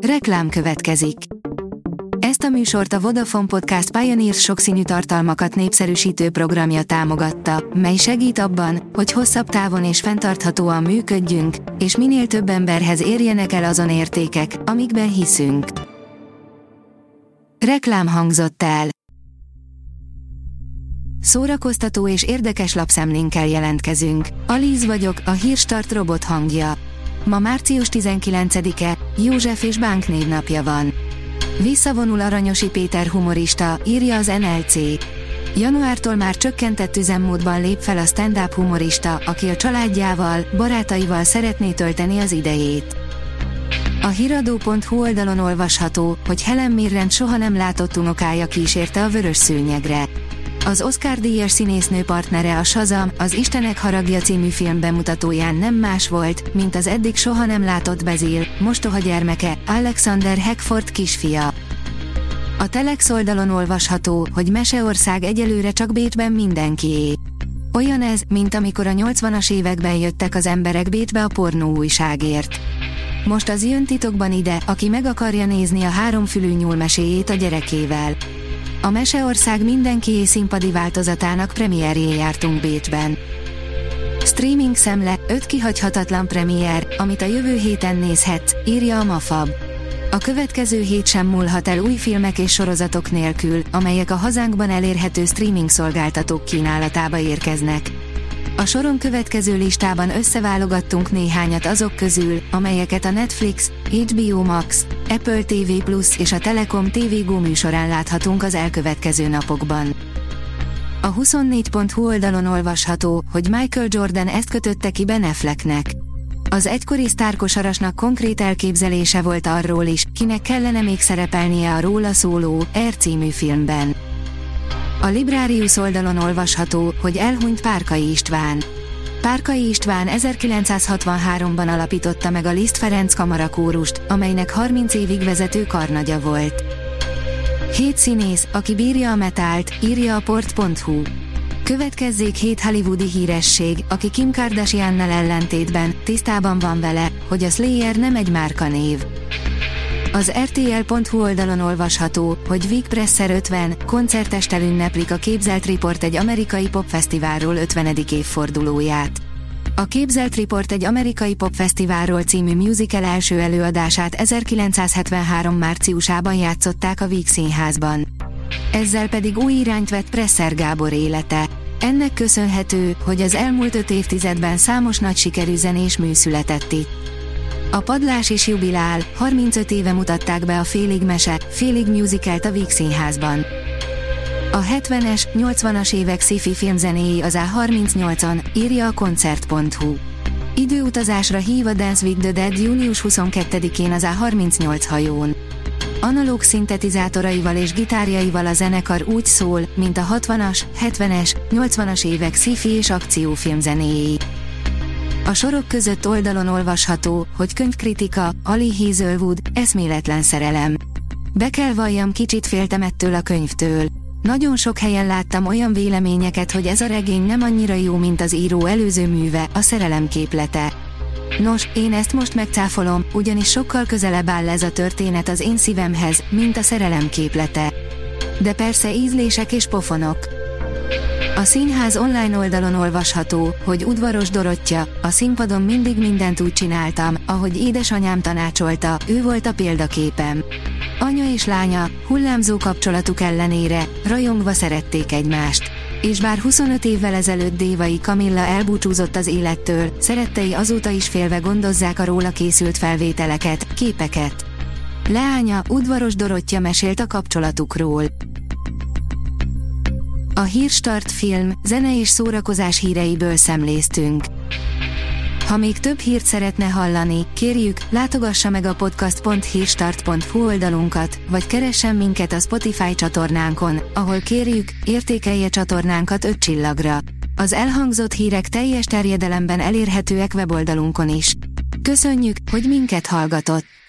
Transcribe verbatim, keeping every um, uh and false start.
Reklám következik. Ezt a műsort a Vodafone Podcast Pioneers sokszínű tartalmakat népszerűsítő programja támogatta, mely segít abban, hogy hosszabb távon és fenntarthatóan működjünk, és minél több emberhez érjenek el azon értékek, amikben hiszünk. Reklám hangzott el. Szórakoztató és érdekes lapszemlénkkel jelentkezünk. Alíz vagyok, a Hírstart robot hangja. Ma március tizenkilencedike, József és Bánk névnapja van. Visszavonul Aranyosi Péter humorista, írja az en el cé. Januártól már csökkentett üzemmódban lép fel a stand-up humorista, aki a családjával, barátaival szeretné tölteni az idejét. A hiradó pont hu oldalon olvasható, hogy Helen Mirren soha nem látott unokája kísérte a vörös szőnyegre. Az Oscar-díjas színésznő partnere a Shazam, az Istenek haragja című film bemutatóján nem más volt, mint az eddig soha nem látott Basil, mostoha gyermeke, Alexander Hackford kisfia. A Telex oldalon olvasható, hogy Meseország egyelőre csak Bécsben mindenkié. Olyan ez, mint amikor a nyolcvanas években jöttek az emberek Bécsbe a pornó újságért. Most az jön titokban ide, aki meg akarja nézni a háromfülű nyúl meséjét a gyerekével. A Meseország mindenkié színpadi változatának premierjén jártunk Bécsben. Streaming szemle, öt kihagyhatatlan premier, amit a jövő héten nézhetsz, írja a Mafab. A következő hét sem múlhat el új filmek és sorozatok nélkül, amelyek a hazánkban elérhető streaming szolgáltatók kínálatába érkeznek. A soron következő listában összeválogattunk néhányat azok közül, amelyeket a Netflix, há bé o Max, Apple té vé Plus és a Telekom té vé Go műsorán láthatunk az elkövetkező napokban. A huszonnégy pont hu oldalon olvasható, hogy Michael Jordan ezt kötötte ki Ben Afflecknek. Az egykori sztárkosarasnak konkrét elképzelése volt arról is, kinek kellene még szerepelnie a róla szóló Air című filmben. A Librarius oldalon olvasható, hogy elhunyt Párkai István. Párkai István ezerkilencszázhatvanháromban alapította meg a Liszt Ferenc kamarakórust, amelynek harminc évig vezető karnagya volt. Hét színész, aki bírja a metált, írja a port pont hu. Következzék hét hollywoodi híresség, aki Kim Kardashiannal ellentétben tisztában van vele, hogy a Slayer nem egy márkanév. Az er té el pont hu oldalon olvasható, hogy Vic Presser ötven koncertesttel ünneplik a Képzelt Report egy amerikai popfesztiválról ötvenedik évfordulóját. A Képzelt Report egy amerikai popfesztiválról című musical első előadását ezerkilencszázhetvenhárom márciusában játszották a Víg Színházban. Ezzel pedig új irányt vett Presser Gábor élete. Ennek köszönhető, hogy az elmúlt öt évtizedben számos nagy sikerű zenés mű született itt. A padlás is jubilál, harmincöt éve mutatták be a Félig mese, félig musicalt a Víg Színházban. A hetvenes, nyolcvanas évek sci-fi filmzenéi az á harmincnyolcon, írja a koncert pont hu. Időutazásra hív a Dance with the Dead június huszonkettedikén az á harmincnyolc hajón. Analóg szintetizátoraival és gitárjaival a zenekar úgy szól, mint a hatvanas, hetvenes, nyolcvanas évek sci-fi és akciófilm zenéi. A sorok között oldalon olvasható, hogy könyvkritika, Ali Hazelwood, eszméletlen szerelem. Be kell valljam, kicsit féltem ettől a könyvtől. Nagyon sok helyen láttam olyan véleményeket, hogy ez a regény nem annyira jó, mint az író előző műve, a Szerelem képlete. Nos, én ezt most megcáfolom, ugyanis sokkal közelebb áll ez a történet az én szívemhez, mint a Szerelem képlete. De persze ízlések és pofonok. A színház online oldalon olvasható, hogy Udvaros Dorottya, a színpadon mindig mindent úgy csináltam, ahogy édesanyám tanácsolta, ő volt a példaképem. Anya és lánya, hullámzó kapcsolatuk ellenére, rajongva szerették egymást. És bár huszonöt évvel ezelőtt Dévai Kamilla elbúcsúzott az élettől, szerettei azóta is félve gondozzák a róla készült felvételeket, képeket. Leánya, Udvaros Dorottya mesélt a kapcsolatukról. A Hírstart film, zene és szórakozás híreiből szemléztünk. Ha még több hírt szeretne hallani, kérjük, látogassa meg a podcast pont hírstart pont hu oldalunkat, vagy keressen minket a Spotify csatornánkon, ahol kérjük, értékelje csatornánkat öt csillagra. Az elhangzott hírek teljes terjedelemben elérhetőek weboldalunkon is. Köszönjük, hogy minket hallgatott!